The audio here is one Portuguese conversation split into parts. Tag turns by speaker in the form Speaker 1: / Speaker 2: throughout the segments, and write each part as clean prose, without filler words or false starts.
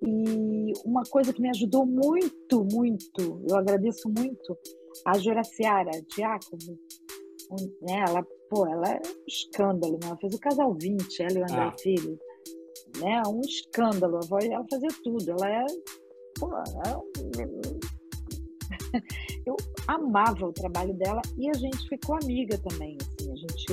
Speaker 1: E uma coisa que me ajudou muito, muito, eu agradeço muito, a Juraciara Giacomo, né? Ela é um escândalo, né? Ela fez o Casal 20, ela e o André
Speaker 2: Ah,
Speaker 1: Filho, né? Um escândalo, a voz, ela fazia tudo, eu amava o trabalho dela e a gente ficou amiga também, assim,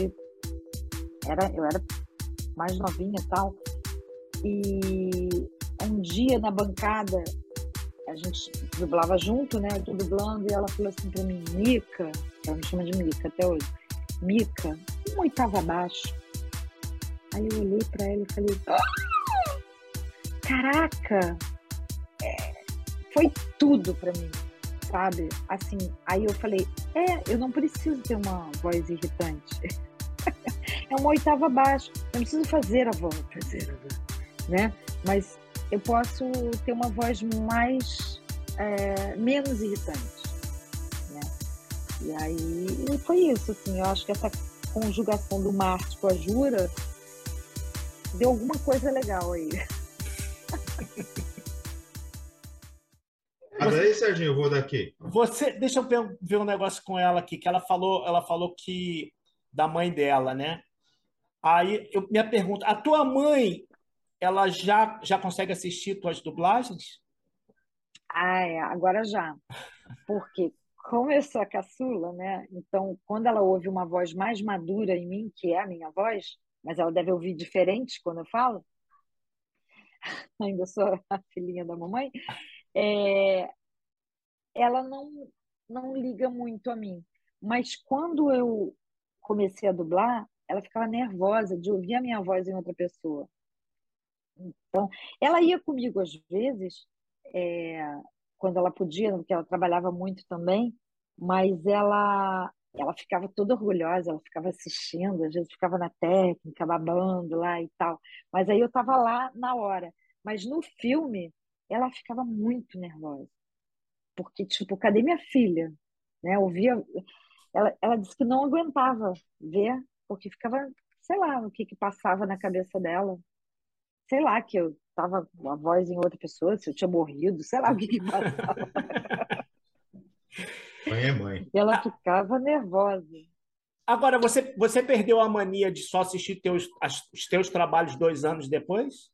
Speaker 1: eu era mais novinha e tal, e um dia na bancada, a gente dublava junto, né, eu tô dublando, e ela falou assim pra mim, Mica, ela me chama de Mica até hoje, Mica, uma oitava abaixo. Aí eu olhei pra ela e falei, caraca, foi tudo pra mim, sabe? Assim, aí eu falei, eu não preciso ter uma voz irritante. É uma oitava abaixo. Eu não preciso fazer a voz, né? Mas eu posso ter uma voz menos irritante, né? E aí foi isso, assim. Eu acho que essa conjugação do Marte com a Jura deu alguma coisa legal aí.
Speaker 3: Aí, Serginho, eu vou daqui.
Speaker 2: deixa eu ver um negócio com ela aqui, que ela falou que da mãe dela, né? Aí, minha pergunta, a tua mãe, ela já consegue assistir tuas dublagens?
Speaker 1: Agora já. Porque como eu sou a caçula, né? Então, quando ela ouve uma voz mais madura em mim, que é a minha voz, mas ela deve ouvir diferente quando eu falo, ainda sou a filhinha da mamãe, é, ela não liga muito a mim. Mas quando eu comecei a dublar, ela ficava nervosa de ouvir a minha voz em outra pessoa. Então, ela ia comigo às vezes, é, quando ela podia, porque ela trabalhava muito também, mas ela ficava toda orgulhosa, ela ficava assistindo, às vezes ficava na técnica, babando lá e tal. Mas aí eu estava lá na hora. Mas no filme, ela ficava muito nervosa, porque, tipo, cadê minha filha? Né? Ouvia, ela disse que não aguentava ver, porque ficava, sei lá, o que que passava na cabeça dela. Sei lá, que eu tava com a voz em outra pessoa, se eu tinha morrido, sei lá o que que passava.
Speaker 3: Mãe é mãe.
Speaker 1: E ela
Speaker 2: Ah,
Speaker 1: ficava nervosa.
Speaker 2: agora, você perdeu a mania de só assistir os teus trabalhos 2 anos depois?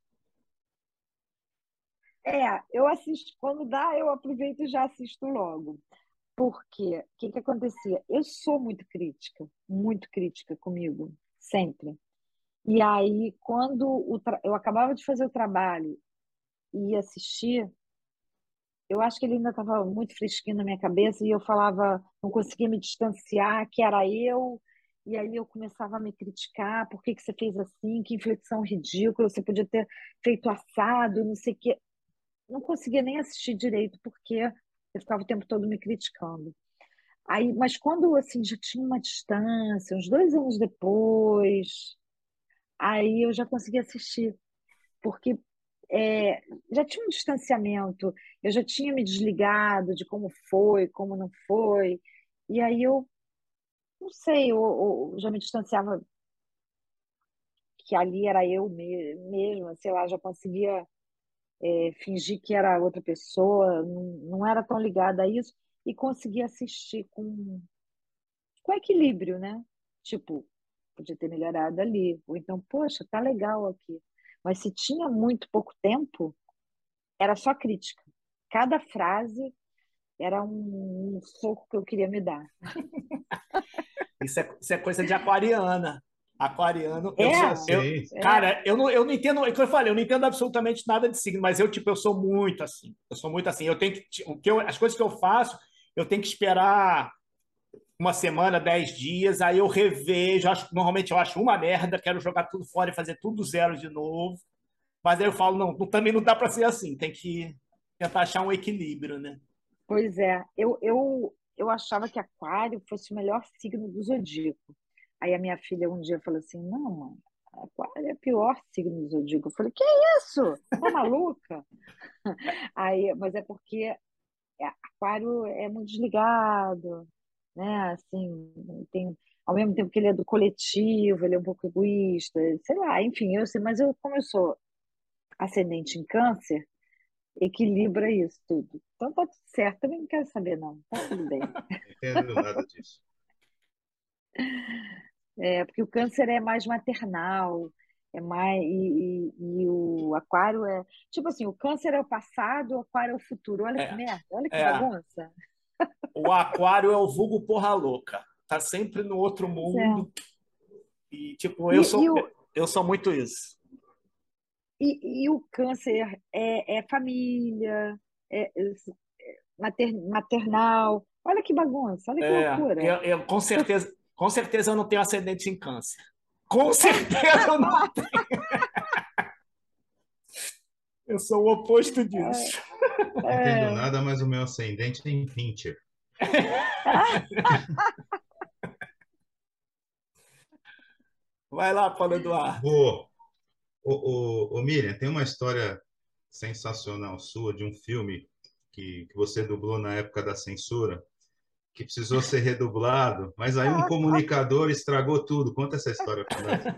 Speaker 1: Eu assisto, quando dá, eu aproveito e já assisto logo. Porque o que que acontecia? Eu sou muito crítica comigo, sempre. E aí, quando eu acabava de fazer o trabalho e ia assistir, eu acho que ele ainda estava muito fresquinho na minha cabeça e eu falava, não conseguia me distanciar, que era eu. E aí eu começava a me criticar, por que que você fez assim? Que inflexão ridícula, você podia ter feito assado, não sei o quê. Não conseguia nem assistir direito porque eu ficava o tempo todo me criticando. Aí, mas quando assim já tinha uma distância, uns 2 anos depois, aí eu já conseguia assistir, porque já tinha um distanciamento, eu já tinha me desligado de como foi, como não foi, e aí eu não sei, eu já me distanciava que ali era eu mesma, sei lá, já conseguia fingir que era outra pessoa, não era tão ligada a isso, e conseguia assistir com equilíbrio, né? Tipo, podia ter melhorado ali, ou então, poxa, tá legal aqui. Mas se tinha muito pouco tempo, era só crítica. Cada frase era um soco que eu queria me dar.
Speaker 2: Isso é coisa de aquariana. Aquariano,
Speaker 3: Sim.
Speaker 2: cara, eu não entendo, é o que eu falei, eu não entendo absolutamente nada de signo, mas eu sou muito assim. Eu sou muito assim. Eu tenho as coisas que eu faço, eu tenho que esperar uma semana, 10 dias, aí eu revejo. Normalmente eu acho uma merda, quero jogar tudo fora e fazer tudo zero de novo. Mas aí eu falo, não, também não dá para ser assim, tem que tentar achar um equilíbrio, né?
Speaker 1: Pois é, eu achava que Aquário fosse o melhor signo do zodíaco. Aí a minha filha um dia falou assim: não, mãe, Aquário é o pior signo do zodíaco. Eu falei: que isso? Tá maluca? Aí, mas é porque Aquário é muito desligado, né? Assim, tem, ao mesmo tempo que ele é do coletivo, ele é um pouco egoísta, sei lá, enfim, eu sei, mas como eu sou ascendente em Câncer, equilibra isso tudo. Então tá tudo certo, também não quero saber, não. Tá tudo bem.
Speaker 3: Não entendo nada disso.
Speaker 1: É, porque o câncer é mais maternal, e o aquário é. Tipo assim, o câncer é o passado, o aquário é o futuro. Olha que
Speaker 2: É,
Speaker 1: merda, olha que
Speaker 2: é.
Speaker 1: bagunça.
Speaker 2: O aquário é o vulgo porra louca. Tá sempre no outro
Speaker 1: Pois é.
Speaker 2: mundo. E, tipo,
Speaker 1: E, e, o,
Speaker 2: eu sou muito isso.
Speaker 1: e o câncer é família, é maternal. Olha que bagunça, olha que loucura.
Speaker 2: Com certeza eu não tenho ascendente em câncer. Com certeza eu não. Eu sou o oposto disso.
Speaker 3: Não entendo
Speaker 1: É.
Speaker 3: nada, mas o meu ascendente é em Pinter.
Speaker 2: Vai lá, Paulo Eduardo.
Speaker 3: Vou. Ô, Miriam, tem uma história sensacional sua de um filme que você dublou na época da censura, que precisou ser redublado, mas aí um comunicador estragou tudo. Conta essa história para nós.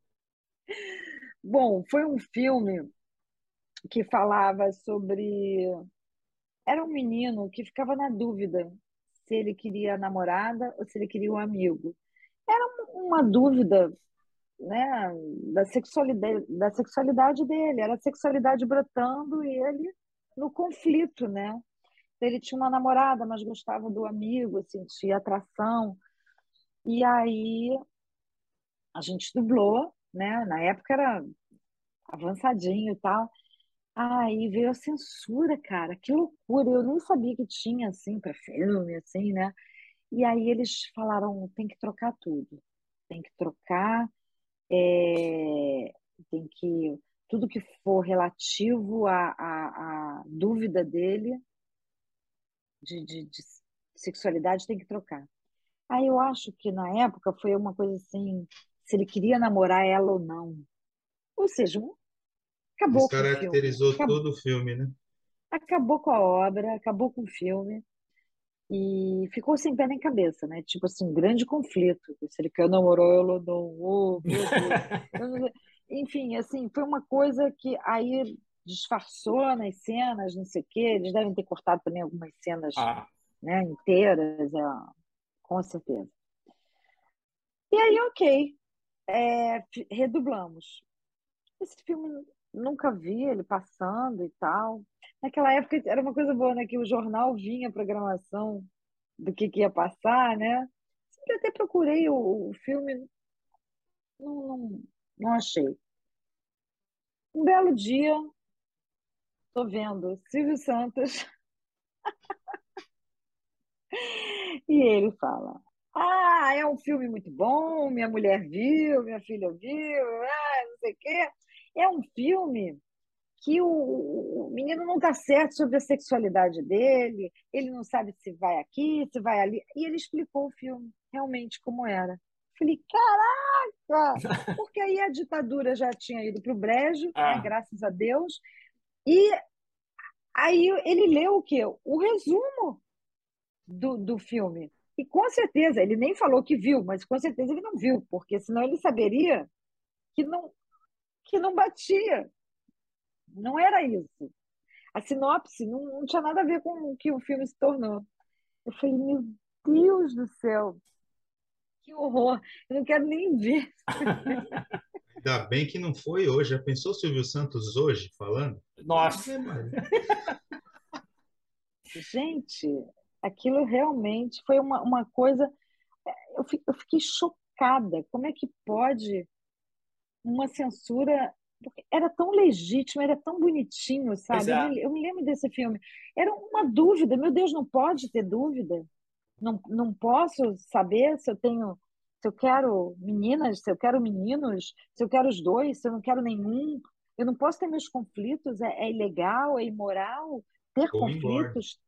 Speaker 1: Bom, foi um filme que falava sobre. Era um menino que ficava na dúvida se ele queria a namorada ou se ele queria um amigo. Era uma dúvida, né, da sexualidade dele. Era a sexualidade brotando e ele no conflito, né? Ele tinha uma namorada, mas gostava do amigo, sentia atração. E aí a gente dublou, né? Na época era avançadinho e tal. Aí veio a censura, cara, que loucura. Eu nem sabia que tinha, assim, para filme, assim, né? E aí eles falaram, tem que trocar tudo. Tem que trocar, é, tem que... Tudo que for relativo à dúvida dele de sexualidade tem que trocar. Aí eu acho que na época foi uma coisa assim, se ele queria namorar ela ou não. Ou seja, acabou com o filme.
Speaker 3: Descaracterizou todo o filme, né?
Speaker 1: Acabou com a obra, acabou com o filme e ficou sem pé nem cabeça, né? Tipo assim, um grande conflito. Se ele quer namorar ela ou não, oh, meu Deus. Eu não sei. Enfim, assim, foi uma coisa que aí disfarçou nas cenas, não sei o quê. Eles devem ter cortado também algumas cenas,
Speaker 2: Ah,
Speaker 1: né, inteiras, com certeza. E aí, ok, redublamos. Esse filme nunca vi ele passando e tal. Naquela época era uma coisa boa, né? Que o jornal vinha a programação do que ia passar, né? Eu até procurei o filme, não, não achei. Um belo dia, tô vendo Silvio Santos e ele fala: Ah, é um filme muito bom, minha mulher viu, minha filha viu, não sei o quê. É um filme que o menino não está certo sobre a sexualidade dele, ele não sabe se vai aqui, se vai ali. E ele explicou o filme realmente como era. Falei, caraca! Porque aí a ditadura já tinha ido para o brejo, né?
Speaker 2: ah,
Speaker 1: Graças a Deus. E aí ele leu o quê? O resumo do filme. E com certeza, ele nem falou que viu, mas com certeza ele não viu, porque senão ele saberia que não batia. Não era isso. A sinopse não tinha nada a ver com o que o filme se tornou. Eu falei, meu Deus do céu, que horror, eu não quero nem ver.
Speaker 3: Ainda bem que não foi hoje. Já pensou o Silvio Santos hoje falando?
Speaker 2: nossa.
Speaker 3: Ave Maria.
Speaker 1: Gente, aquilo realmente foi uma coisa. Eu fiquei chocada. Como é que pode uma censura? Porque era tão legítimo, era tão bonitinho,
Speaker 2: Pois
Speaker 1: sabe? Eu
Speaker 2: é.
Speaker 1: me, eu me lembro desse filme. Era uma dúvida, meu Deus, não pode ter dúvida. Não posso saber se eu quero meninas, se eu quero meninos, se eu quero os dois, se eu não quero nenhum. Eu não posso ter meus conflitos, é ilegal, é imoral ter
Speaker 3: Vou embora.
Speaker 1: conflitos,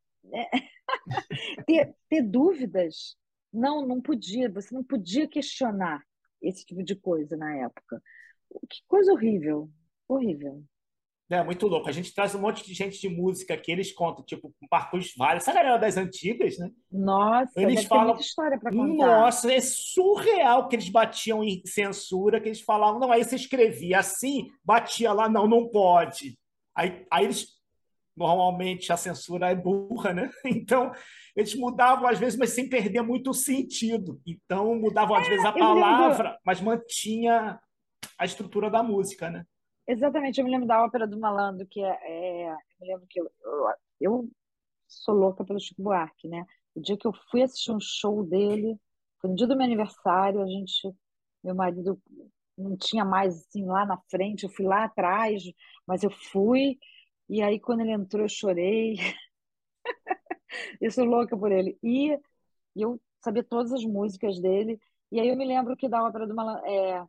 Speaker 1: ter dúvidas. Não podia, você não podia questionar esse tipo de coisa na época. Que coisa horrível, horrível.
Speaker 2: É muito louco. A gente traz um monte de gente de música que eles contam, tipo, Marcos Vale, essa galera das antigas, né?
Speaker 1: Nossa,
Speaker 2: Eles
Speaker 1: deve ter muita
Speaker 2: falam,
Speaker 1: história para contar.
Speaker 2: nossa, é surreal que eles batiam em censura, que eles falavam, não, aí você escrevia assim, batia lá, não, não pode. Aí eles normalmente a censura é burra, né? Então, eles mudavam às vezes, mas sem perder muito o sentido. Então, mudavam às vezes a
Speaker 1: Eu me lembro
Speaker 2: palavra, mas mantinha a estrutura da música, né?
Speaker 1: exatamente, eu me lembro da Ópera do Malandro, eu me lembro que eu sou louca pelo Chico Buarque, né? O dia que eu fui assistir um show dele, foi no dia do meu aniversário, meu marido não tinha mais assim lá na frente, eu fui lá atrás, mas eu fui, e aí quando ele entrou eu chorei, eu sou louca por ele. E eu sabia todas as músicas dele, e aí eu me lembro que da Ópera do Malandro,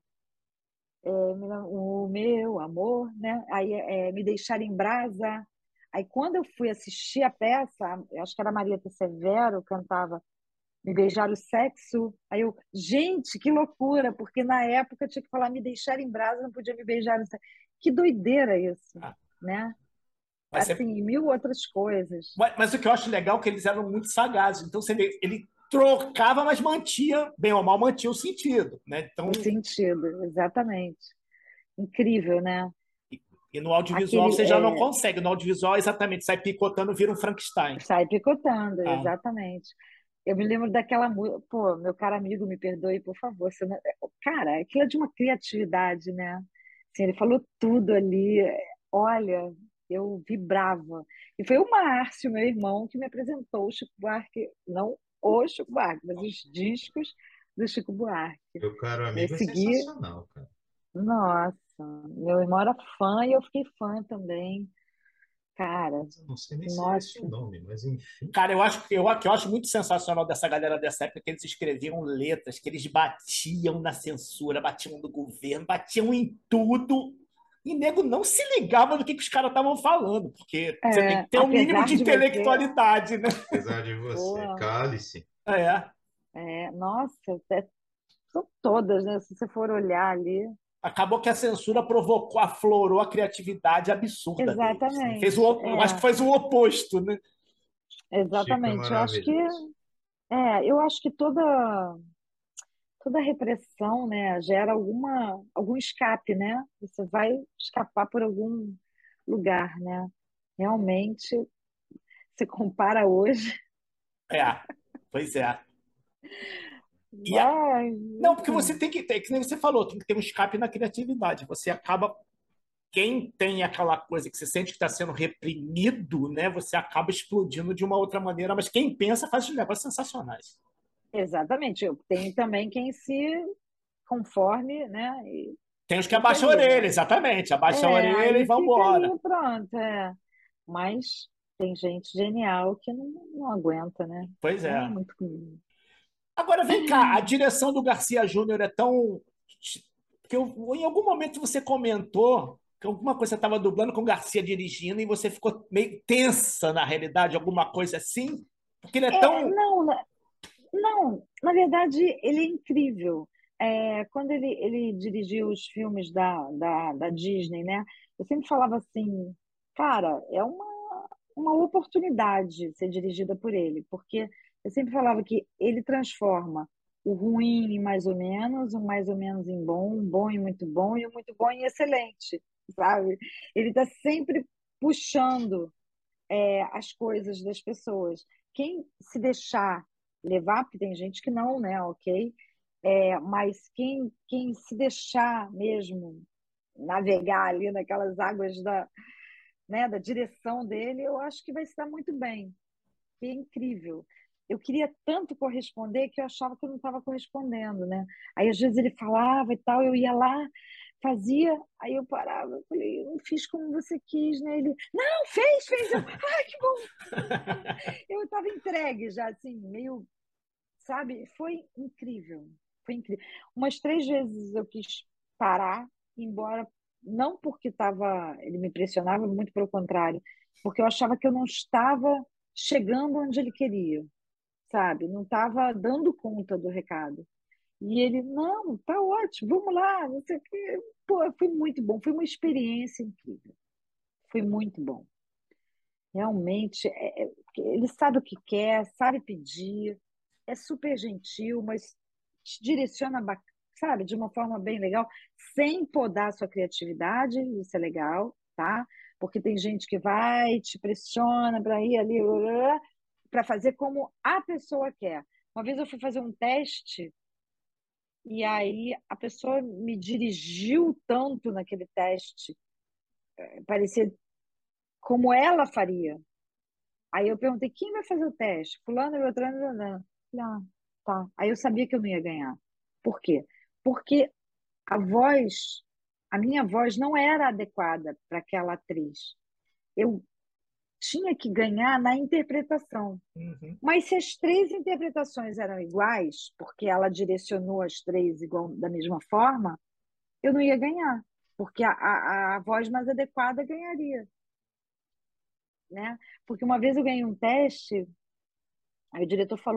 Speaker 1: o meu amor, né? Aí Me Deixar em Brasa. Aí quando eu fui assistir a peça, eu acho que era Maria Severo cantava Me Beijar o Sexo. Aí eu, gente, que loucura, porque na época eu tinha que falar Me Deixar em Brasa, não podia Me Beijar o Sexo. Que doideira isso,
Speaker 2: Ah,
Speaker 1: né?
Speaker 2: mas,
Speaker 1: Assim, e mil outras coisas.
Speaker 2: mas o que eu acho legal é que eles eram muito sagazes. Então, você vê, ele trocava, mas mantinha, bem ou mal, mantinha o sentido, né? Então,
Speaker 1: O sentido, exatamente. Incrível, né?
Speaker 2: e no audiovisual
Speaker 1: Aquele
Speaker 2: você já não consegue. No audiovisual, exatamente, sai picotando, vira um Frankenstein.
Speaker 1: sai picotando,
Speaker 2: Ah,
Speaker 1: exatamente. Eu me lembro daquela música, pô, meu caro amigo, me perdoe, por favor. Cara, aquilo é de uma criatividade, né? Assim, ele falou tudo ali. Olha, eu vibrava. E foi o Márcio, meu irmão, que me apresentou o Chico Buarque, não o Chico Buarque, mas os discos do Chico Buarque.
Speaker 3: Meu caro
Speaker 1: Eu
Speaker 3: amigo é
Speaker 1: segui,
Speaker 3: sensacional, cara.
Speaker 1: nossa, meu irmão era fã e eu fiquei fã também. Cara,
Speaker 3: Eu não sei nem se é esse o
Speaker 1: nossa,
Speaker 3: nome, mas enfim.
Speaker 2: cara, eu acho que eu acho muito sensacional dessa galera dessa época que eles escreviam letras, que eles batiam na censura, batiam no governo, batiam em tudo. E nego não se ligava do que os caras estavam falando, porque você tem que ter o um mínimo
Speaker 1: apesar
Speaker 2: de
Speaker 1: de você.
Speaker 2: intelectualidade, né?
Speaker 3: Apesar de você,
Speaker 1: Pô,
Speaker 3: cale-se.
Speaker 2: É.
Speaker 1: nossa, são todas, né? Se você for olhar ali.
Speaker 2: Acabou que a censura provocou, aflorou a criatividade absurda deles, né?
Speaker 1: Exatamente.
Speaker 2: Eu acho que faz o oposto, né?
Speaker 3: Chico é
Speaker 1: Exatamente.
Speaker 3: maravilhoso.
Speaker 1: Eu acho que toda repressão, né, gera algum escape, né? Você vai escapar por algum lugar, né? Realmente, se compara hoje,
Speaker 2: É, pois é. E a...
Speaker 1: vai,
Speaker 2: Não, porque você
Speaker 1: enfim.
Speaker 2: tem que ter, que nem você falou, tem que ter um escape na criatividade. Você acaba quem tem aquela coisa que você sente que está sendo reprimido, né? Você acaba explodindo de uma outra maneira, mas quem pensa faz os negócios sensacionais.
Speaker 1: Exatamente. Eu tenho também quem se conforme, né? E
Speaker 2: Tem os que
Speaker 1: fica
Speaker 2: abaixam a
Speaker 1: ali,
Speaker 2: orelha,
Speaker 1: né?
Speaker 2: exatamente. Abaixa a orelha e
Speaker 1: Aí
Speaker 2: vão
Speaker 1: fica
Speaker 2: embora.
Speaker 1: ali, pronto, Mas tem gente genial que não aguenta, né?
Speaker 2: Pois
Speaker 1: É
Speaker 2: é.
Speaker 1: muito.
Speaker 2: Agora vem cá, a direção do Garcia Júnior é tão. Porque em algum momento você comentou que alguma coisa estava dublando com o Garcia dirigindo e você ficou meio tensa na realidade, alguma coisa assim, porque ele é
Speaker 1: É,
Speaker 2: tão.
Speaker 1: não, não, na verdade, ele é incrível. Quando ele dirigiu os filmes da Disney, né? Eu sempre falava assim, cara, é uma oportunidade ser dirigida por ele, porque eu sempre falava que ele transforma o ruim em mais ou menos, o mais ou menos em bom, um bom em muito bom e o muito bom em excelente, sabe? Ele está sempre puxando as coisas das pessoas. Quem se deixar levar, porque tem gente que não, né? Ok? Mas quem se deixar mesmo navegar ali naquelas águas da direção dele, eu acho que vai se dar muito bem. Que é incrível. Eu queria tanto corresponder que eu achava que eu não estava correspondendo, né? Aí às vezes ele falava e tal, eu ia lá, fazia, aí eu parava, eu falei, eu não fiz como você quis, né? Ele, não, fez, eu, que bom. Eu estava entregue já, assim, meio, sabe? Foi incrível, foi incrível. Umas 3 vezes eu quis parar, embora não porque ele me pressionava, muito pelo contrário, porque eu achava que eu não estava chegando onde ele queria, sabe? Não estava dando conta do recado. E ele, não, tá ótimo, vamos lá, não sei o quê. Pô, foi muito bom, foi uma experiência incrível, foi muito bom. Realmente, ele sabe o que quer, sabe pedir, é super gentil, mas te direciona, sabe, de uma forma bem legal, sem podar a sua criatividade, isso é legal, tá? porque tem gente que vai, te pressiona para ir ali, para fazer como a pessoa quer. Uma vez eu fui fazer um teste e aí a pessoa me dirigiu tanto naquele teste, parecia como ela faria. Aí eu perguntei, quem vai fazer o teste? Fulano, Beltrano, Beltrano. Falei, ah, tá. Aí eu sabia que eu não ia ganhar. Por quê? Porque a voz, a minha voz não era adequada para aquela atriz. Eu tinha que ganhar na interpretação.
Speaker 2: Uhum.
Speaker 1: Mas se as três interpretações eram iguais, porque ela direcionou as três igual, da mesma forma, eu não ia ganhar, porque a voz mais adequada ganharia, né? Porque uma vez eu ganhei um teste, aí o diretor falou,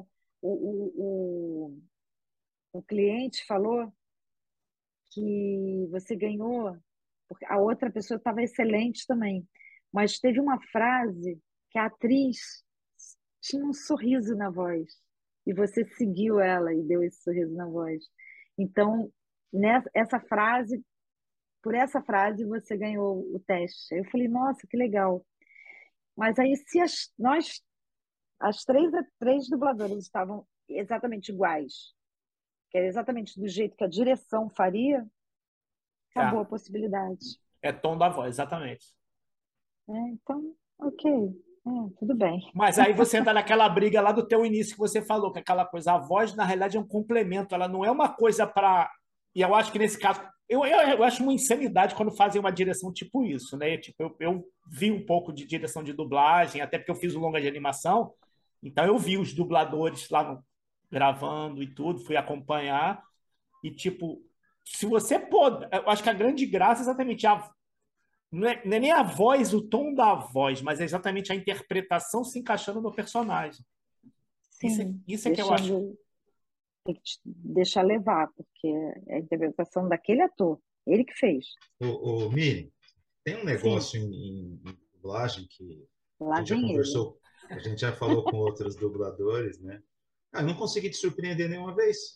Speaker 1: o cliente falou que você ganhou, porque a outra pessoa estava excelente também, mas teve uma frase que a atriz tinha um sorriso na voz, e você seguiu ela e deu esse sorriso na voz. Então, essa frase, por essa frase, você ganhou o teste. Eu falei, nossa, que legal. Mas aí, se as três dubladoras estavam exatamente iguais, que era exatamente do jeito que a direção faria, acabou
Speaker 2: É,
Speaker 1: a possibilidade.
Speaker 2: é tom da voz, exatamente.
Speaker 1: Então, ok, tudo bem.
Speaker 2: Mas aí você entra naquela briga lá do teu início que você falou, que é aquela coisa, a voz, na realidade, é um complemento, ela não é uma coisa para. E eu acho que nesse caso, eu acho uma insanidade quando fazem uma direção tipo isso, né? Tipo, eu vi um pouco de direção de dublagem, até porque eu fiz um longa de animação, então eu vi os dubladores lá gravando e tudo, fui acompanhar, e tipo, se você pôr, eu acho que a grande graça é exatamente não é nem a voz, o tom da voz, mas é exatamente a interpretação se encaixando no personagem.
Speaker 1: Sim,
Speaker 2: Isso é que eu acho.
Speaker 1: deixando, tem que te deixar levar, porque é a interpretação daquele ator, ele que fez.
Speaker 3: Miri, tem um
Speaker 1: Sim,
Speaker 3: negócio em dublagem que a
Speaker 1: lá
Speaker 3: gente já
Speaker 1: vem ele.
Speaker 3: conversou, a gente já falou com outros dubladores, né? Ah, eu não consegui te surpreender nenhuma vez.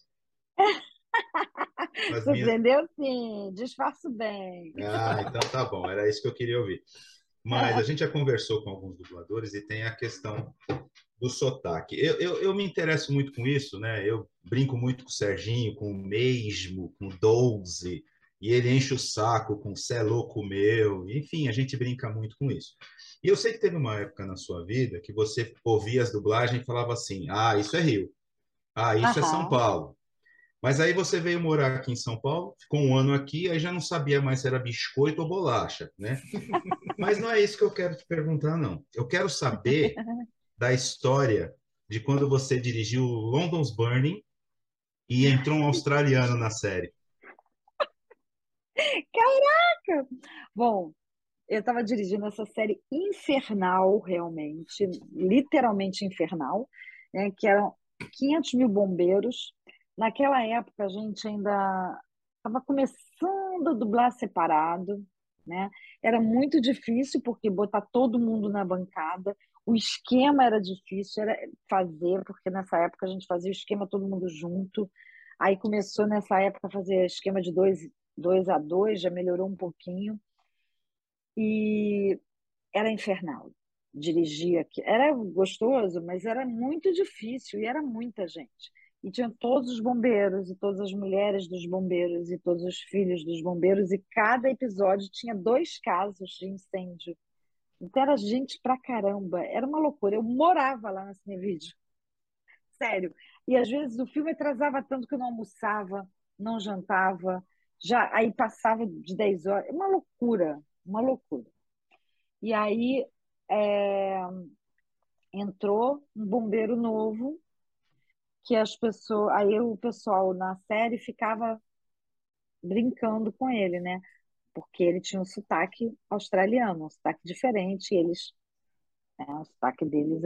Speaker 3: As minhas.
Speaker 1: Surpreendeu, sim, disfarço bem.
Speaker 3: Ah, então tá bom, era isso que eu queria ouvir. Mas a gente já conversou com alguns dubladores e tem a questão do sotaque. Eu me interesso muito com isso, né? Eu brinco muito com o Serginho, com o Mesmo, com o Doze, e ele enche o saco com Cê é louco meu. Enfim, a gente brinca muito com isso. E eu sei que teve uma época na sua vida que você ouvia as dublagens e falava assim: ah, isso é Rio, ah, isso é São
Speaker 1: Aham.
Speaker 3: Paulo. Mas aí você veio morar aqui em São Paulo, ficou um ano aqui, aí já não sabia mais se era biscoito ou bolacha, né? Mas não é isso que eu quero te perguntar, não. Eu quero saber da história de quando você dirigiu London's Burning e entrou um australiano na série.
Speaker 1: Caraca! Bom, eu estava dirigindo essa série infernal, realmente, literalmente infernal, né, que eram 500 mil bombeiros. Naquela época, a gente ainda estava começando a dublar separado, né? Era muito difícil, porque botar todo mundo na bancada, o esquema era difícil era fazer, porque nessa época a gente fazia o esquema todo mundo junto. Aí começou nessa época a fazer esquema de dois a dois, já melhorou um pouquinho. E era infernal dirigir aqui. Era gostoso, mas era muito difícil e era muita gente. E tinha todos os bombeiros, e todas as mulheres dos bombeiros, e todos os filhos dos bombeiros, e cada episódio tinha 2 casos de incêndio. Então era gente pra caramba, era uma loucura. Eu morava lá na Cinevídeo, sério. E às vezes o filme atrasava tanto que eu não almoçava, não jantava, já aí passava de 10 horas. Uma loucura, uma loucura. E aí é, entrou um bombeiro novo, que as pessoas, aí o pessoal na série ficava brincando com ele, né? Porque ele tinha um sotaque australiano, um sotaque diferente, e o sotaque deles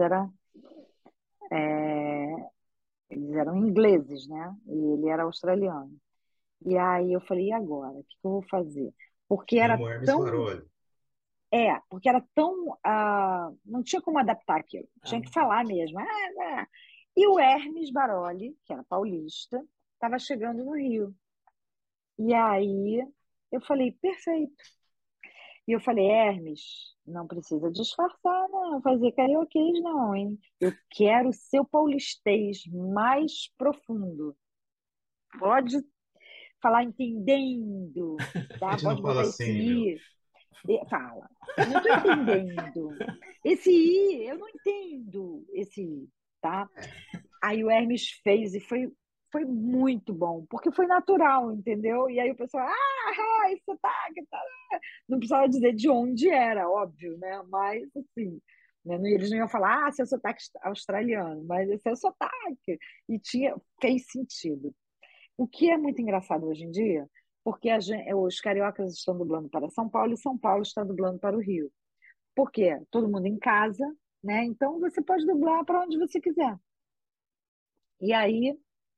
Speaker 1: eles eram ingleses, né? E ele era australiano. E aí eu falei, e agora? O que que eu vou fazer? Porque era
Speaker 3: Chama o Hermes
Speaker 1: tão,
Speaker 3: Baroli.
Speaker 1: porque era tão, não tinha como adaptar aquilo,
Speaker 2: Ah,
Speaker 1: tinha que falar mesmo. E o Hermes Baroli, que era paulista, estava chegando no Rio. E aí eu falei, perfeito. E eu falei, Hermes, não precisa disfarçar, não, fazer carioquês, não, hein? Eu quero o seu paulistês mais profundo. Pode falar entendendo,
Speaker 3: A
Speaker 1: tá?
Speaker 3: gente não
Speaker 1: Pode
Speaker 3: fala
Speaker 1: botar esse
Speaker 3: assim, meu.
Speaker 1: i. Fala. Eu não estou entendendo. Esse i, eu não entendo esse i, tá? Aí o Hermes fez e foi muito bom, porque foi natural, entendeu? E aí o pessoal, esse sotaque, tá. Não precisava dizer de onde era, óbvio, né? Mas, assim, né? Eles não iam falar, seu sotaque australiano, mas esse é o sotaque. E fez sentido. O que é muito engraçado hoje em dia, porque os cariocas estão dublando para São Paulo e São Paulo está dublando para o Rio. Por quê? Todo mundo em casa, né? Então você pode dublar para onde você quiser. E aí,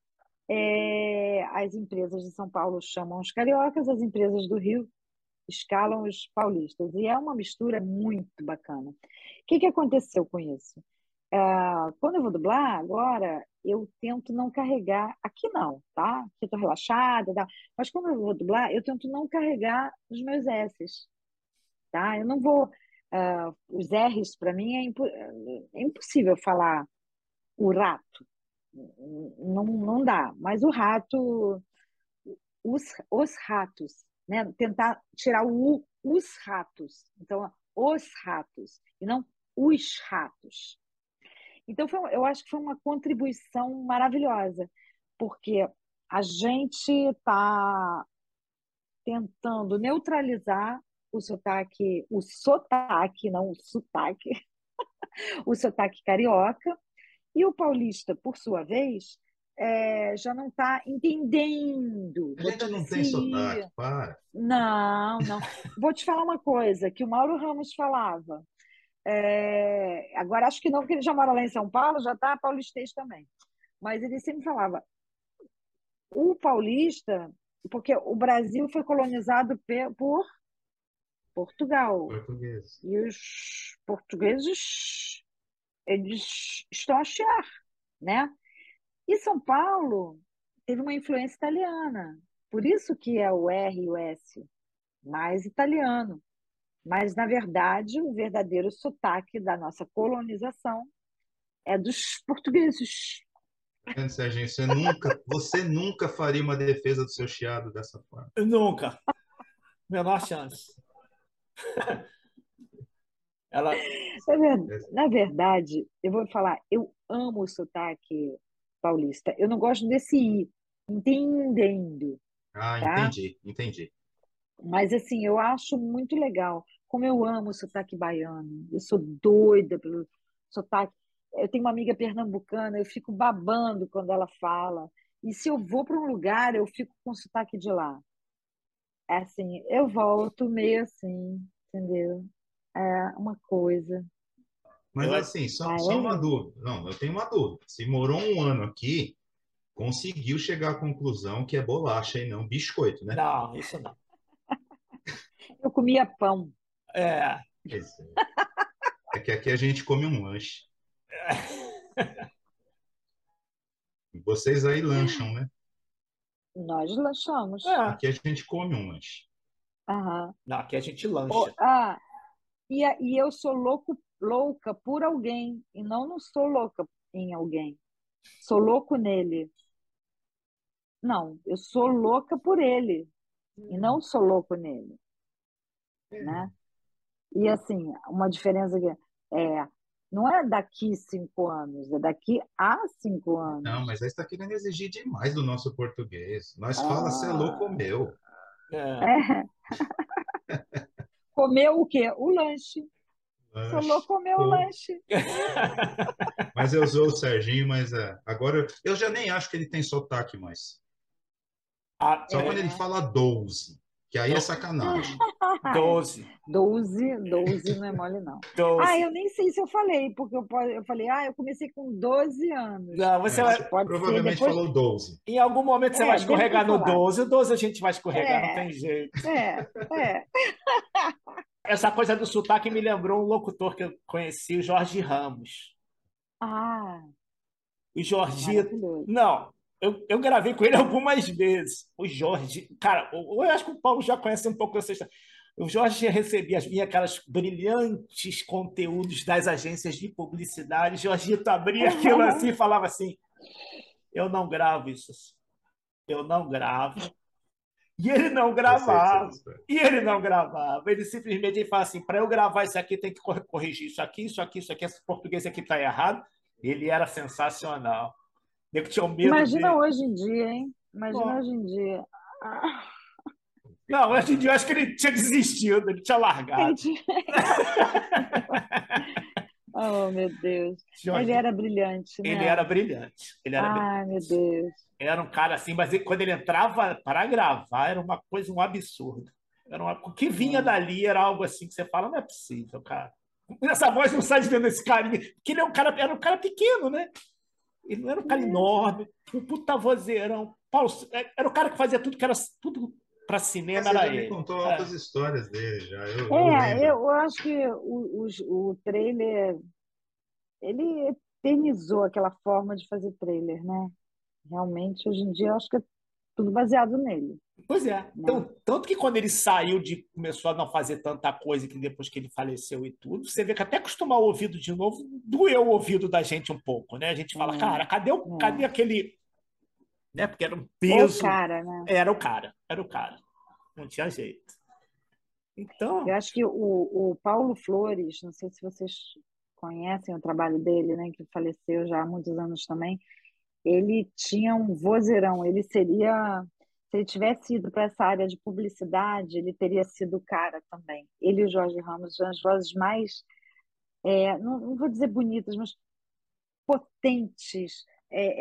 Speaker 1: as empresas de São Paulo chamam os cariocas, as empresas do Rio escalam os paulistas. E é uma mistura muito bacana. O que aconteceu com isso? Quando eu vou dublar agora, eu tento não carregar. Aqui não, tá? Aqui eu tô relaxada, tá? Mas quando eu vou dublar, eu tento não carregar os meus S's, tá? Eu não vou. Os R's, para mim, é impossível falar o rato. Não, não dá. Mas o rato, os ratos, né? Tentar tirar o os ratos. Então, os ratos, e não os ratos. Então, eu acho que foi uma contribuição maravilhosa, porque a gente está tentando neutralizar o sotaque, não o sotaque, o sotaque carioca, e o paulista, por sua vez, já não está entendendo,
Speaker 3: A gente
Speaker 1: botando
Speaker 3: não
Speaker 1: esse
Speaker 3: tem
Speaker 1: i.
Speaker 3: sotaque, para.
Speaker 1: Não, não. Vou te falar uma coisa que o Mauro Ramos falava. Agora, acho que não, porque ele já mora lá em São Paulo, já está paulistês também. Mas ele sempre falava, o paulista, porque o Brasil foi colonizado por Portugal.
Speaker 3: Português.
Speaker 1: E os portugueses, eles estão a chiar, né? E São Paulo teve uma influência italiana. Por isso que é o R e o S, mais italiano. Mas, na verdade, o verdadeiro sotaque da nossa colonização é dos portugueses.
Speaker 3: Tá vendo, Serginho? Você nunca faria uma defesa do seu chiado dessa forma.
Speaker 2: Nunca. Menor chance. Ela.
Speaker 1: Na verdade, eu vou falar, eu amo o sotaque paulista. Eu não gosto desse i, entendendo,
Speaker 3: Ah,
Speaker 1: tá?
Speaker 3: entendi, entendi.
Speaker 1: Mas, assim, eu acho muito legal. Como eu amo o sotaque baiano. Eu sou doida pelo sotaque. Eu tenho uma amiga pernambucana, eu fico babando quando ela fala. E se eu vou para um lugar, eu fico com o sotaque de lá. É assim, eu volto meio assim, entendeu? É uma coisa.
Speaker 3: Mas
Speaker 2: Eu,
Speaker 3: assim, só uma
Speaker 1: Aí,
Speaker 3: dúvida. Não, eu tenho uma dúvida. Se morou um ano aqui, conseguiu chegar à conclusão que é bolacha e não biscoito, né?
Speaker 2: não, isso não.
Speaker 1: eu comia pão.
Speaker 2: É,
Speaker 3: Pois é. É que aqui a gente come um lanche. Vocês aí lancham, né?
Speaker 1: Nós lanchamos.
Speaker 2: é.
Speaker 3: Aqui a gente come um lanche.
Speaker 1: Aham.
Speaker 2: Não, aqui a gente
Speaker 1: Oh,
Speaker 2: lancha.
Speaker 1: e eu sou louca por alguém, e não sou louca em alguém. Sou louco nele. Não, eu sou louca por ele, e não sou louco nele, né? E assim, uma diferença que não é daqui 5 anos, é daqui a 5 anos.
Speaker 3: Não, mas aí está querendo exigir demais do nosso português. Nós fala, você é louco
Speaker 1: Ah,
Speaker 3: meu.
Speaker 2: É.
Speaker 1: é. Comeu o quê? O lanche. Sou
Speaker 3: Lanche.
Speaker 1: louco comeu o
Speaker 3: Pô.
Speaker 1: lanche.
Speaker 3: Mas eu usou o Serginho, mas agora eu já nem acho que ele tem sotaque mais.
Speaker 2: Ah,
Speaker 3: Só quando ele
Speaker 1: É.
Speaker 3: fala 12, que aí é
Speaker 2: do-
Speaker 3: sacanagem.
Speaker 2: 12.
Speaker 1: 12 não é mole, não. Eu
Speaker 2: 12.
Speaker 1: nem sei se eu falei, porque eu falei, eu comecei com 12 anos,
Speaker 2: Não, você
Speaker 1: mas
Speaker 2: vai.
Speaker 3: Você
Speaker 1: pode ser
Speaker 3: provavelmente
Speaker 1: depois.
Speaker 3: falou 12.
Speaker 2: Em algum momento você vai
Speaker 1: Devo ter
Speaker 2: escorregar no
Speaker 1: falado.
Speaker 2: 12. O 12 a gente vai escorregar, não
Speaker 1: É,
Speaker 2: tem jeito.
Speaker 1: é, é.
Speaker 2: Essa coisa do sotaque me lembrou um locutor que eu conheci, o Jorge Ramos.
Speaker 1: Ah,
Speaker 2: O Jorgito.
Speaker 1: maravilhoso.
Speaker 2: Não, eu gravei com ele algumas vezes. O Jorge. Cara, eu acho que o Paulo já conhece um pouco dessa história. O Jorge recebia aquelas brilhantes conteúdos das agências de publicidade. Jorgito abria aquilo assim e falava assim: eu não gravo isso, eu não gravo. E ele não
Speaker 3: Eu sei dessa
Speaker 2: gravava.
Speaker 3: história.
Speaker 2: E ele não gravava. Ele simplesmente fala assim: para eu gravar isso aqui, tem que corrigir isso aqui, isso aqui, isso aqui. Esse português aqui está errado. Ele era sensacional. Eu tinha medo
Speaker 1: Imagina
Speaker 2: dele.
Speaker 1: hoje em dia, hein? Imagina
Speaker 2: Bom,
Speaker 1: hoje em dia. Ah,
Speaker 2: não, hoje em dia eu acho que ele tinha desistido, ele tinha
Speaker 1: ele
Speaker 2: largado.
Speaker 1: tinha... Oh, meu Deus. Ele
Speaker 2: Jorge,
Speaker 1: era brilhante,
Speaker 2: ele
Speaker 1: né?
Speaker 2: era brilhante. Ele era
Speaker 1: Ai, meu
Speaker 2: brilhante.
Speaker 1: Deus.
Speaker 2: Era um cara assim, mas quando ele entrava para gravar, era uma coisa, um absurdo. O que vinha
Speaker 1: É,
Speaker 2: dali era algo assim que você fala, não é possível, cara. Essa voz não sai de dentro desse carinha. Porque ele era um cara pequeno, né? Ele não era um cara enorme, um puta vozeirão. Paulo, era o cara que fazia tudo que era tudo para
Speaker 3: É,
Speaker 2: cinema,
Speaker 3: você
Speaker 2: era
Speaker 3: já me
Speaker 2: ele.
Speaker 3: contou
Speaker 2: É.
Speaker 3: altas histórias dele, já. Eu
Speaker 1: é,
Speaker 3: lembro.
Speaker 1: eu acho que o trailer, ele eternizou aquela forma de fazer trailer, né? Realmente, hoje em dia, eu acho que é tudo baseado nele,
Speaker 2: Pois é.
Speaker 1: né?
Speaker 2: Então, tanto que quando ele saiu de começou a não fazer tanta coisa que depois que ele faleceu e tudo, você vê que até acostumar o ouvido de novo doeu o ouvido da gente um pouco, né? A gente fala, cara, cadê
Speaker 1: É.
Speaker 2: aquele, né? Porque era um
Speaker 1: O
Speaker 2: peso,
Speaker 1: cara, né?
Speaker 2: era o cara, não tinha jeito.
Speaker 1: Eu
Speaker 2: Então,
Speaker 1: acho que o Paulo Flores, não sei se vocês conhecem o trabalho dele, né? Que faleceu já há muitos anos também. Ele tinha um vozeirão, ele seria, se ele tivesse ido para essa área de publicidade, ele teria sido o cara também. Ele e o Jorge Ramos são as vozes mais, não vou dizer bonitas, mas potentes,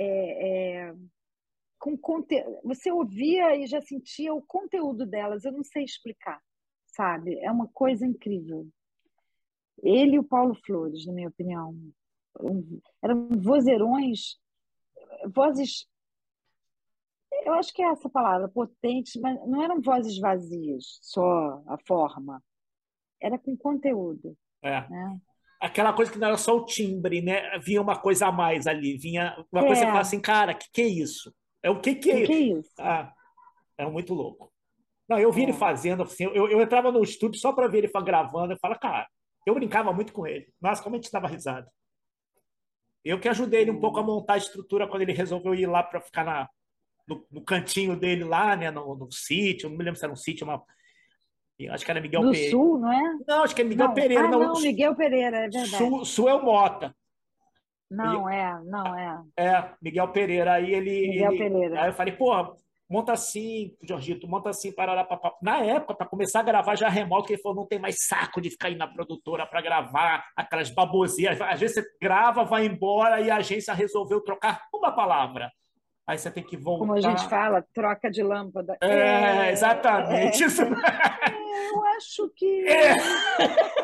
Speaker 1: com você ouvia e já sentia o conteúdo delas, eu não sei explicar, sabe? É uma coisa incrível. Ele e o Paulo Flores, na minha opinião, eram vozeirões, vozes. Eu acho que é essa palavra, potente, mas não eram vozes vazias, só a forma. Era com conteúdo,
Speaker 2: é,
Speaker 1: né?
Speaker 2: aquela coisa que não era só o timbre, né? Vinha uma coisa a mais ali, vinha uma coisa que você fala
Speaker 1: O
Speaker 2: assim, cara, que é isso? É o que
Speaker 1: que
Speaker 2: é?
Speaker 1: que é isso?
Speaker 2: Ah, é muito louco. Não, eu vi ele
Speaker 1: É.
Speaker 2: fazendo, assim, eu entrava no estúdio só para ver ele gravando, eu falava, cara, eu brincava muito com ele. Nossa, como a gente dava risada. Eu que ajudei ele um pouco a
Speaker 1: É.
Speaker 2: montar a estrutura quando ele resolveu ir lá para ficar no cantinho dele lá, né, no sítio, não me lembro se era um sítio, acho que era Miguel
Speaker 1: Do
Speaker 2: Pereira.
Speaker 1: Sul, não é?
Speaker 2: Não, acho que é Miguel
Speaker 1: Não.
Speaker 2: Pereira,
Speaker 1: Ah,
Speaker 2: não,
Speaker 1: não, Miguel Pereira, é verdade.
Speaker 2: Sul é o Mota.
Speaker 1: Não é, não é.
Speaker 2: Miguel Pereira.
Speaker 1: Miguel Pereira.
Speaker 2: Aí eu falei, pô, monta assim, Jorgito, monta assim, parará, papá. Na época, para começar a gravar já remoto, que ele falou, não tem mais saco de ficar aí na produtora para gravar aquelas baboseiras. Às vezes você grava, vai embora e a agência resolveu trocar uma palavra. Aí você tem que
Speaker 1: Como a gente
Speaker 2: voltar.
Speaker 1: fala, troca de lâmpada.
Speaker 2: Exatamente. Isso,
Speaker 1: Eu acho
Speaker 2: é,
Speaker 1: que.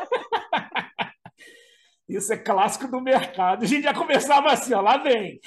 Speaker 2: isso é clássico do mercado. A gente já começava assim, ó, lá vem.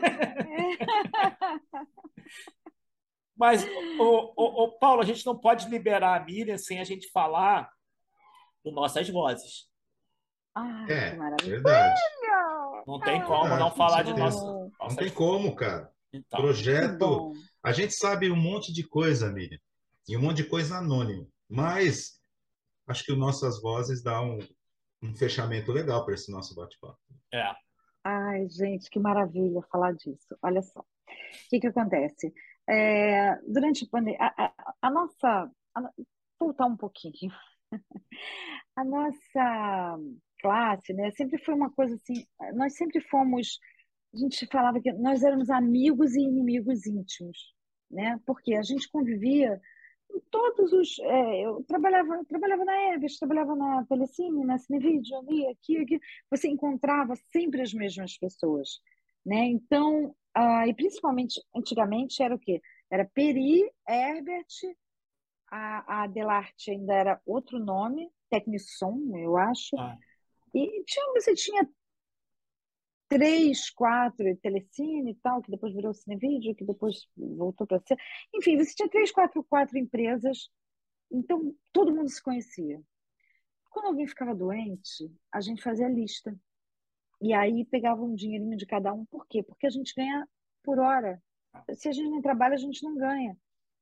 Speaker 2: Mas, Paulo, a gente não pode liberar a Miriam sem a gente falar do Nossas Vozes.
Speaker 1: Ai, que
Speaker 3: É,
Speaker 1: maravilha!
Speaker 3: verdade.
Speaker 2: Não tem como não
Speaker 3: Verdade, com
Speaker 2: falar de
Speaker 3: certeza.
Speaker 1: Oh,
Speaker 3: Não
Speaker 2: nossas
Speaker 3: tem
Speaker 2: vozes.
Speaker 3: como, cara.
Speaker 2: Então,
Speaker 1: que
Speaker 3: Projeto.
Speaker 1: bom.
Speaker 3: A gente sabe um monte de coisa, Miriam, e um monte de coisa anônima. Mas acho que o Nossas Vozes dá um fechamento legal para esse nosso bate-papo.
Speaker 2: é.
Speaker 1: Ai, gente, que maravilha falar disso. Olha só. O que que acontece? Durante a pandemia, a nossa. Voltar um pouquinho. A nossa classe, né, sempre foi uma coisa assim. Nós sempre fomos. A gente falava que nós éramos amigos e inimigos íntimos, né? Porque a gente convivia em todos os. Eu trabalhava na Herbert, trabalhava na Telecine, na Cinevídeo, ali, aqui. Você encontrava sempre as mesmas pessoas, né? Então, e principalmente antigamente era o quê? Era Peri, Herbert, a Adelarte ainda era outro nome, Tecnissom, eu acho.
Speaker 2: Ah,
Speaker 1: E você tinha três, quatro, Telecine e tal, que depois virou Cinevídeo, que depois voltou para ser. Enfim, você tinha três, quatro empresas, então todo mundo se conhecia. Quando alguém ficava doente, a gente fazia lista. E aí pegava um dinheirinho de cada um. Por quê? Porque a gente ganha por hora. Se a gente não trabalha, a gente não ganha.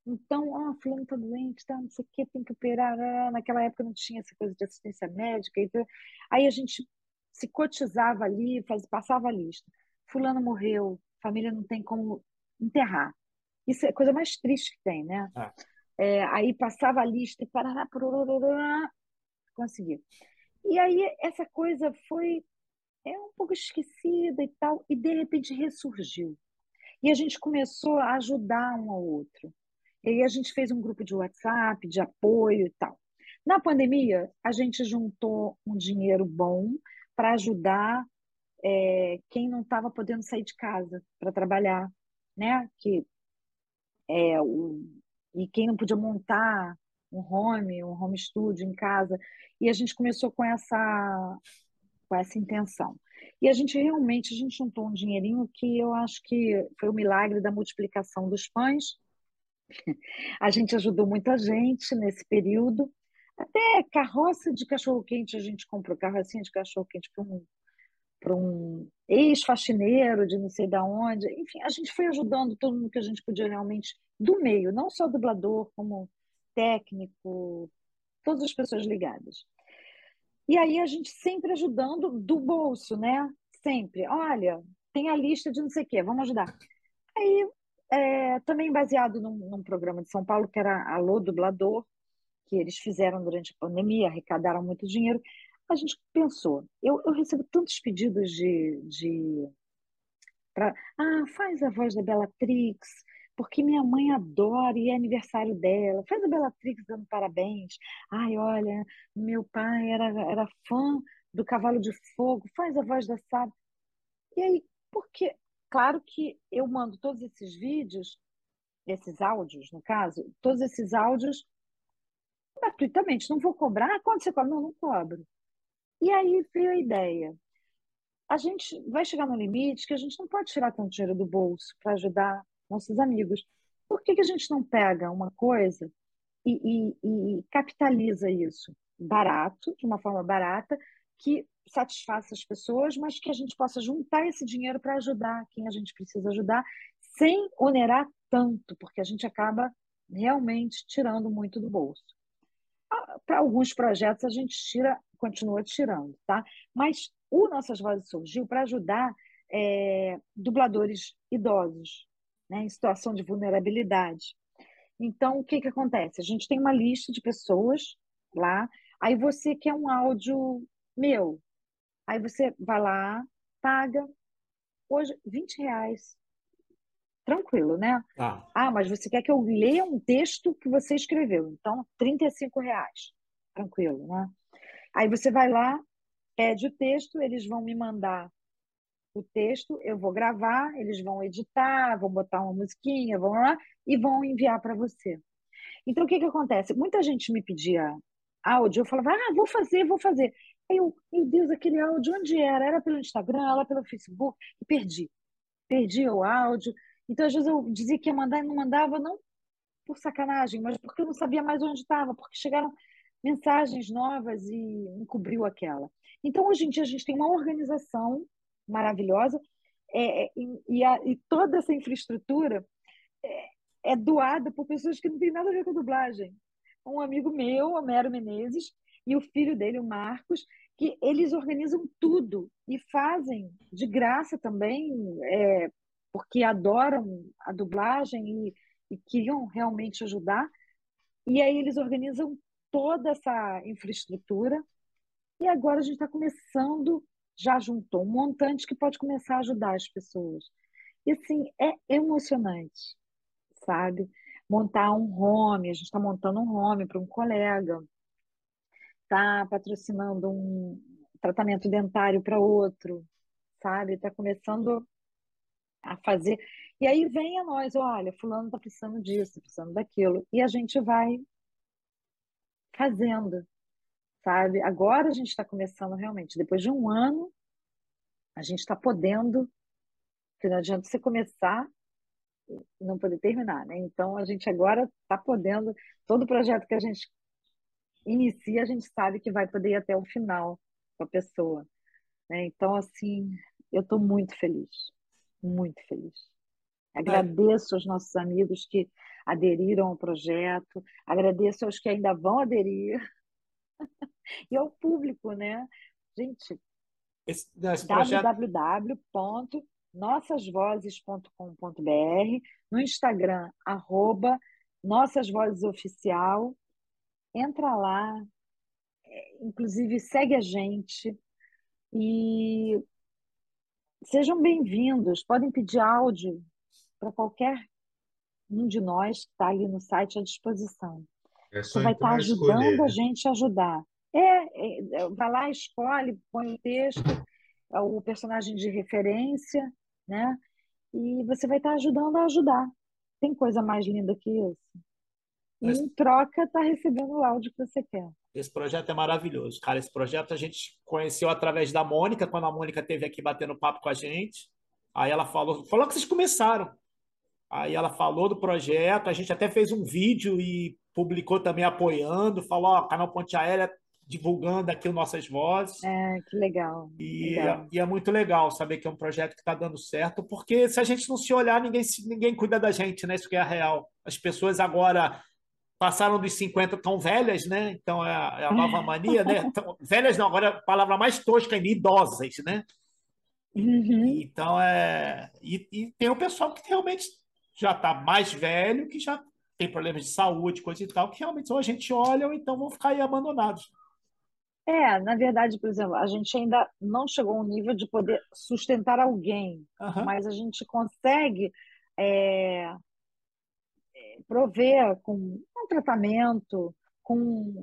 Speaker 1: Então, fulano está doente, tá, não sei o que, tem que operar. Naquela época não tinha essa coisa de assistência médica. Então, aí a gente se cotizava ali, passava a lista. Fulano morreu, família não tem como enterrar. Isso é a coisa mais triste que tem, né?
Speaker 2: Ah,
Speaker 1: Aí passava a lista e parará, pororororá, conseguia. E aí essa coisa foi um pouco esquecida e tal, e de repente ressurgiu. E a gente começou a ajudar um ao outro. E aí a gente fez um grupo de WhatsApp, de apoio e tal. Na pandemia, a gente juntou um dinheiro bom para ajudar quem não estava podendo sair de casa para trabalhar, né? É, o, e quem não podia montar um home studio em casa. E a gente começou com essa intenção. E a gente juntou um dinheirinho que eu acho que foi o milagre da multiplicação dos pães. A gente ajudou muita gente nesse período. Até carroça de cachorro-quente a gente comprou, carrocinha de cachorro-quente para um ex-faxineiro de não sei da onde. Enfim, a gente foi ajudando todo mundo que a gente podia realmente do meio, não só dublador, como técnico, todas as pessoas ligadas. E aí a gente sempre ajudando do bolso, né? Sempre. Olha, tem a lista de não sei o quê, vamos ajudar. Aí, também baseado num programa de São Paulo, que era Alô Dublador, que eles fizeram durante a pandemia, arrecadaram muito dinheiro, a gente pensou, eu recebo tantos pedidos faz a voz da Bellatrix, porque minha mãe adora e é aniversário dela. Faz a Bellatrix dando parabéns. Ai, olha, meu pai era fã do Cavalo de Fogo. Faz a voz da Sara. E aí, porque, claro que eu mando todos esses vídeos, esses áudios, no caso, todos esses áudios gratuitamente. Não vou cobrar. Quanto você cobra? Não, não cobro. E aí veio a ideia. A gente vai chegar no limite que a gente não pode tirar tanto dinheiro do bolso para ajudar nossos amigos. Por que que a gente não pega uma coisa e capitaliza isso barato, de uma forma barata, que satisfaça as pessoas, mas que a gente possa juntar esse dinheiro para ajudar quem a gente precisa ajudar, sem onerar tanto, porque a gente acaba realmente tirando muito do bolso. Para alguns projetos a gente tira, continua tirando, tá? Mas o Nossas Vozes surgiu para ajudar dubladores idosos, né, em situação de vulnerabilidade. Então, o que que acontece? A gente tem uma lista de pessoas lá, aí você quer um áudio meu, aí você vai lá, paga, hoje, R$ 20. Tranquilo, né?
Speaker 2: ah,
Speaker 1: Mas você quer que eu leia um texto que você escreveu, então R$ 35. Tranquilo, né? Aí você vai lá, pede o texto, eles vão me mandar o texto, eu vou gravar, eles vão editar, vão botar uma musiquinha, vão lá e vão enviar para você. Então, o que que acontece? Muita gente me pedia áudio, eu falava, vou fazer, vou fazer. Aí eu, meu Deus, aquele áudio, onde era? Era pelo Instagram, era pelo Facebook, e perdi. Perdi o áudio. Então, às vezes eu dizia que ia mandar e não mandava, não por sacanagem, mas porque eu não sabia mais onde estava, porque chegaram mensagens novas e encobriu aquela. Então, hoje em dia, a gente tem uma organização maravilhosa e toda essa infraestrutura é doada por pessoas que não têm nada a ver com a dublagem. Um amigo meu, o Homero Menezes, e o filho dele, o Marcos, que eles organizam tudo e fazem de graça também, porque adoram a dublagem e queriam realmente ajudar. E aí eles organizam toda essa infraestrutura e agora a gente está começando, já juntou um montante que pode começar a ajudar as pessoas. E assim, é emocionante, sabe? Montar um home, a gente está montando um home para um colega, está patrocinando um tratamento dentário para outro, sabe? Está começando a fazer. E aí vem a nós, olha, fulano está precisando disso, tá precisando daquilo. E a gente vai fazendo, sabe? Agora a gente está começando realmente, depois de um ano, a gente está podendo, porque não adianta você começar e não poder terminar, né? Então a gente agora está podendo, todo projeto que a gente inicia, a gente sabe que vai poder ir até o final com a pessoa, né? Então, assim, eu estou muito feliz, muito feliz.
Speaker 2: É,
Speaker 1: Agradeço aos nossos amigos que aderiram ao projeto, agradeço aos que ainda vão aderir, e ao público, né? Gente,
Speaker 2: esse projeto.
Speaker 1: www.nossasvozes.com.br, no Instagram, @nossasvozesoficial, entra lá, inclusive segue a gente e sejam bem-vindos. Podem pedir áudio para qualquer um de nós que está ali no site à disposição.
Speaker 3: É
Speaker 1: Você
Speaker 3: só
Speaker 1: vai estar
Speaker 3: entrar e escolher,
Speaker 1: ajudando a
Speaker 3: né?
Speaker 1: gente a ajudar. Vai lá, escolhe, põe o texto, o personagem de referência, né? E você vai estar ajudando a ajudar. Tem coisa mais linda que isso? E
Speaker 2: Esse,
Speaker 1: em troca, está recebendo o áudio que você quer.
Speaker 2: esse projeto é maravilhoso, cara. Esse projeto a gente conheceu através da Mônica, quando a Mônica esteve aqui batendo papo com a gente. Aí ela falou que vocês começaram. Aí ela falou do projeto, a gente até fez um vídeo e publicou também apoiando, falou, ó, canal Ponte Aérea divulgando aqui o Nossas Vozes.
Speaker 1: Que legal,
Speaker 2: E,
Speaker 1: legal.
Speaker 2: e é muito legal saber que é um projeto que está dando certo, porque se a gente não se olhar, ninguém cuida da gente, né? Isso que é a real. As pessoas agora passaram dos 50, tão velhas, né? Então é a nova mania, né? Velhas não, agora a palavra mais tosca é idosas, né?
Speaker 1: Uhum.
Speaker 2: Então e tem o pessoal que realmente já está mais velho, que já tem problemas de saúde, coisa e tal, que realmente ou a gente olha ou então vão ficar aí abandonados.
Speaker 1: Na verdade, por exemplo, a gente ainda não chegou ao nível de poder sustentar alguém,
Speaker 2: Aham.
Speaker 1: mas a gente consegue é, prover com um tratamento, com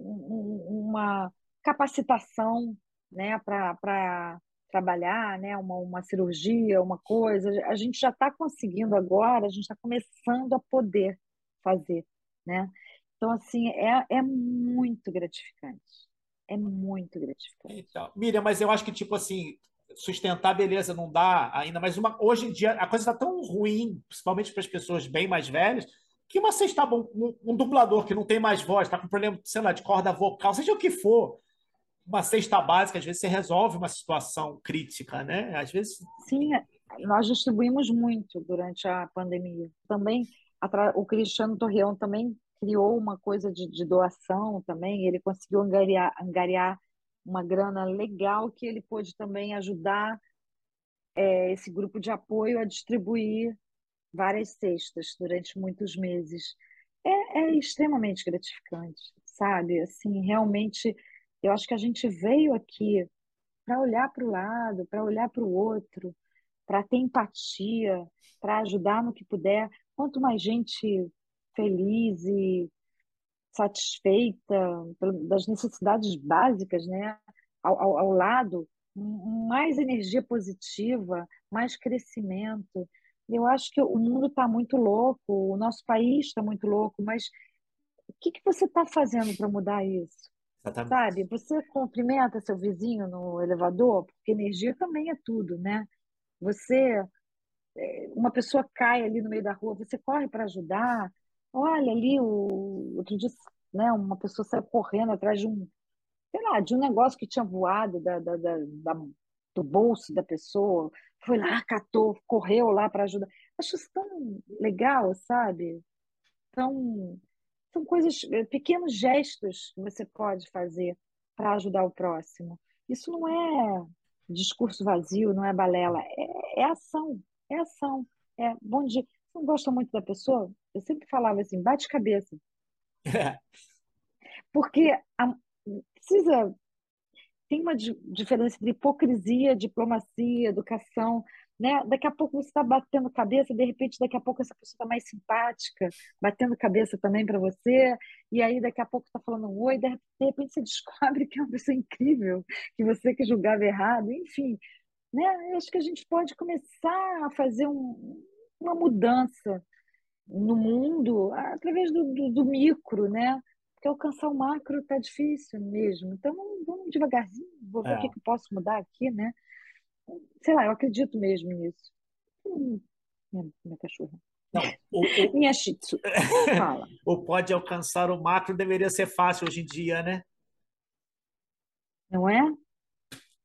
Speaker 1: uma capacitação, né, para trabalhar, né, uma cirurgia, uma coisa. A gente já está conseguindo agora, a gente está começando a poder fazer, né? Então, assim, é muito gratificante. É muito gratificante.
Speaker 2: Então, Miriam, mas eu acho que, tipo assim, sustentar, beleza, não dá ainda, mas hoje em dia a coisa está tão ruim, principalmente para as pessoas bem mais velhas, que uma sexta, um dublador que não tem mais voz, está com problema, sei lá, de corda vocal, seja o que for, uma cesta básica, às vezes você resolve uma situação crítica, né? Às vezes.
Speaker 1: Sim, nós distribuímos muito durante a pandemia. Também o Cristiano Torreão também criou uma coisa de doação também. Ele conseguiu angariar uma grana legal que ele pôde também ajudar esse grupo de apoio a distribuir várias cestas durante muitos meses. É extremamente gratificante, sabe? Assim, realmente, eu acho que a gente veio aqui para olhar para o lado, para olhar para o outro, para ter empatia, para ajudar no que puder. Quanto mais gente feliz e satisfeita das necessidades básicas, né, ao lado, mais energia positiva, mais crescimento. Eu acho que o mundo está muito louco, o nosso país está muito louco, mas o que que você está fazendo para mudar isso?
Speaker 2: Exatamente.
Speaker 1: Sabe? Você cumprimenta seu vizinho no elevador, porque energia também é tudo, né? Você uma pessoa cai ali no meio da rua, você corre para ajudar. Olha ali, outro dia, né, uma pessoa saiu correndo atrás de sei lá, de um negócio que tinha voado do bolso da pessoa, foi lá, catou, correu lá para ajudar. Acho isso tão legal, sabe? Tão, são coisas, pequenos gestos que você pode fazer para ajudar o próximo. Isso não é discurso vazio, não é balela, é ação, é ação. Bom dia. Você não gosta muito da pessoa? Eu sempre falava assim, bate cabeça. Porque precisa tem uma diferença entre hipocrisia, diplomacia, educação, né? Daqui a pouco você está batendo cabeça, de repente, daqui a pouco essa pessoa está mais simpática, batendo cabeça também para você, e aí daqui a pouco está falando um oi, de repente você descobre que é uma pessoa incrível, que você que julgava errado, enfim, né? Eu acho que a gente pode começar a fazer uma mudança no mundo através do micro, né? Porque alcançar o macro está difícil mesmo. Então, vamos devagarzinho, vou ver o que
Speaker 2: É.
Speaker 1: que eu posso mudar aqui, né? Sei lá, eu acredito mesmo nisso. Minha cachorra.
Speaker 2: Não,
Speaker 1: Minha Shih Tzu. Fala.
Speaker 2: o pode alcançar o macro deveria ser fácil hoje em dia, né?
Speaker 1: Não é?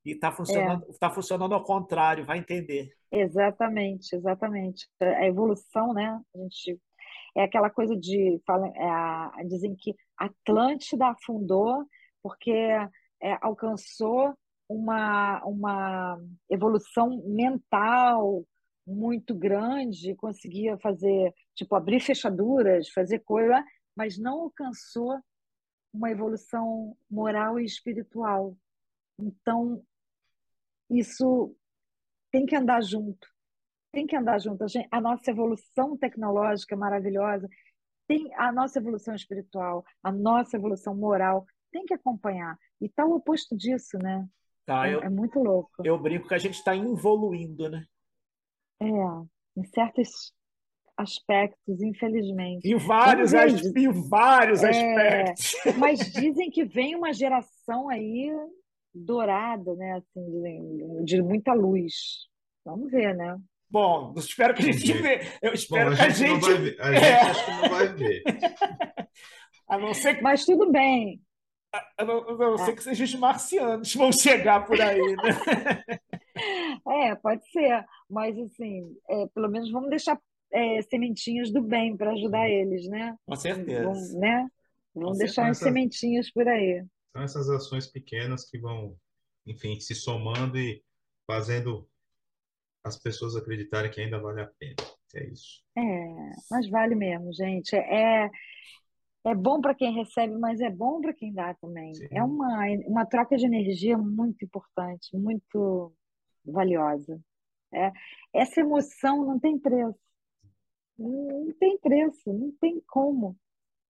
Speaker 2: E tá funcionando ao contrário, vai entender.
Speaker 1: Exatamente, exatamente. A evolução, né? A gente é aquela coisa de dizem que Atlântida afundou porque alcançou uma evolução mental muito grande, conseguia fazer, tipo, abrir fechaduras, fazer coisa, mas não alcançou uma evolução moral e espiritual. Então, isso tem que andar junto. Tem que andar junto. A nossa evolução tecnológica é maravilhosa, tem a nossa evolução espiritual, a nossa evolução moral, tem que acompanhar. E está o oposto disso, né?
Speaker 2: Tá,
Speaker 1: É muito louco.
Speaker 2: eu brinco que a gente está evoluindo, né?
Speaker 1: É, em certos aspectos, infelizmente.
Speaker 2: Em
Speaker 1: Vamos
Speaker 2: vários,
Speaker 1: ver.
Speaker 2: em vários
Speaker 1: É,
Speaker 2: aspectos.
Speaker 1: mas dizem que vem uma geração aí dourada, né? Assim, de muita luz. Vamos ver, né?
Speaker 2: Bom, eu espero que a gente
Speaker 3: Entendi.
Speaker 2: veja. Eu
Speaker 3: Bom,
Speaker 2: espero
Speaker 3: a
Speaker 2: que a
Speaker 3: gente não
Speaker 2: gente.
Speaker 3: vai ver. A gente acho que não vai ver.
Speaker 2: A não ser que,
Speaker 1: Mas tudo bem.
Speaker 2: a não ser que sejam os marcianos que vão chegar por aí, né?
Speaker 1: Pode ser. Mas, assim, pelo menos vamos deixar sementinhas do bem para ajudar eles, né?
Speaker 2: Com certeza.
Speaker 1: Né?
Speaker 2: Com
Speaker 1: Vamos
Speaker 2: certeza.
Speaker 1: deixar as sementinhas por aí.
Speaker 3: São essas ações pequenas que vão, enfim, se somando e fazendo as pessoas acreditarem que ainda vale a pena. É isso.
Speaker 1: Mas vale mesmo, gente. É bom para quem recebe, mas é bom para quem dá também. É
Speaker 3: Sim.
Speaker 1: uma troca de energia muito importante, muito valiosa. É, essa emoção não tem preço. Não tem preço, não tem como.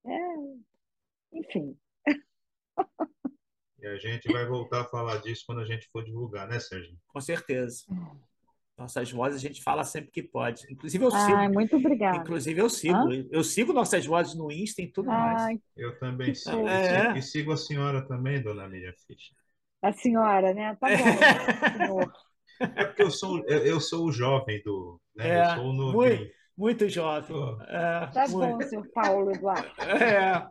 Speaker 1: Enfim.
Speaker 3: E a gente vai voltar a falar disso quando a gente for divulgar, né, Sérgio?
Speaker 2: Com certeza. Nossas vozes a gente fala sempre que pode. Inclusive eu
Speaker 1: Ai,
Speaker 2: sigo.
Speaker 1: muito obrigada.
Speaker 2: Inclusive eu sigo.
Speaker 1: Hã?
Speaker 2: Eu sigo nossas vozes no Insta e tudo mais.
Speaker 1: Ai,
Speaker 3: Eu também
Speaker 1: que
Speaker 3: sigo.
Speaker 1: fofo.
Speaker 3: E sigo a senhora também, dona Miriam Fischer.
Speaker 1: A senhora, né? Tá bom, senhor.
Speaker 3: É porque eu sou o jovem do, né? Eu
Speaker 2: É,
Speaker 3: sou o
Speaker 2: muito,
Speaker 3: novinho.
Speaker 2: muito jovem.
Speaker 3: Pô,
Speaker 1: Tá bom,
Speaker 2: Muito.
Speaker 1: senhor Paulo Eduardo.
Speaker 2: É,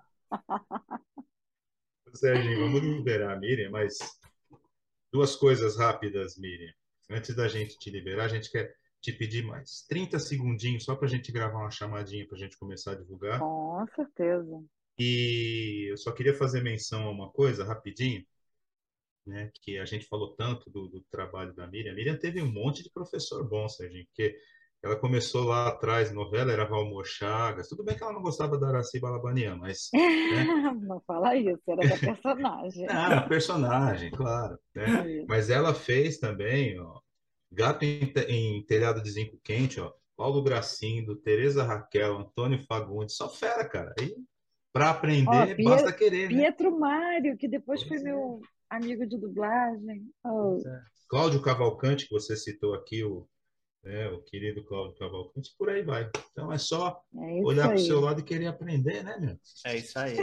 Speaker 3: Serginho, vamos liberar a Miriam, mas duas coisas rápidas, Miriam. Antes da gente te liberar, a gente quer te pedir mais 30 segundinhos só para a gente gravar uma chamadinha para a gente começar a divulgar.
Speaker 1: Com certeza.
Speaker 3: E eu só queria fazer menção a uma coisa rapidinho, né? Que a gente falou tanto do trabalho da Miriam. A Miriam teve um monte de professor bom, Serginho, porque ela começou lá atrás, novela, era Valmor Chagas. Tudo bem que ela não gostava da Araci Balabanian, mas, né?
Speaker 1: Não fala isso, era da personagem.
Speaker 3: Não, personagem, claro, né?
Speaker 1: Isso.
Speaker 3: Mas ela fez também, ó, Gato em Telhado de Zinco Quente, ó, Paulo Gracindo, Teresa Raquel, Antônio Fagundes, só fera, cara. Aí, para
Speaker 1: Ó,
Speaker 3: aprender, basta querer, né?
Speaker 1: Pietro Mário, que depois foi
Speaker 3: Pois é.
Speaker 1: meu amigo de dublagem. Oh,
Speaker 3: Pois é. Cláudio Cavalcante, que você citou aqui, o querido Cláudio Cavalcante, por aí vai. Então é só
Speaker 1: é isso
Speaker 3: olhar para o seu
Speaker 1: aí.
Speaker 3: lado e querer aprender, né, meu?
Speaker 2: é isso aí.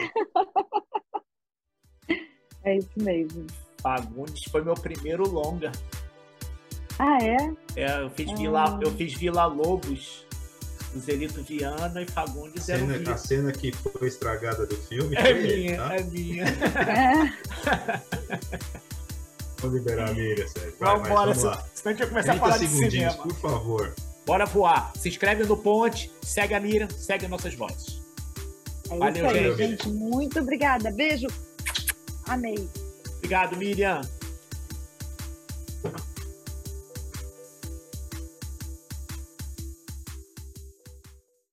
Speaker 1: É isso mesmo.
Speaker 2: Fagundes foi meu primeiro longa.
Speaker 1: Ah, é?
Speaker 2: Eu fiz Vila Lobos, o Zelito Viana e Fagundes era o
Speaker 3: A
Speaker 2: Vila.
Speaker 3: cena que foi estragada do filme
Speaker 2: É
Speaker 3: foi ele,
Speaker 2: minha,
Speaker 3: tá?
Speaker 2: é minha.
Speaker 3: Vou liberar a Miriam, Sérgio.
Speaker 2: Vamos lá. Senão a gente vai começar a falar de
Speaker 3: segundinhos,
Speaker 2: cinema.
Speaker 3: por favor.
Speaker 2: Bora voar. Se inscreve no Ponte, segue a Miriam, segue nossas vozes.
Speaker 1: É
Speaker 2: Valeu,
Speaker 1: isso aí,
Speaker 3: gente.
Speaker 1: gente. Muito obrigada. Beijo. Amei.
Speaker 2: Obrigado, Miriam.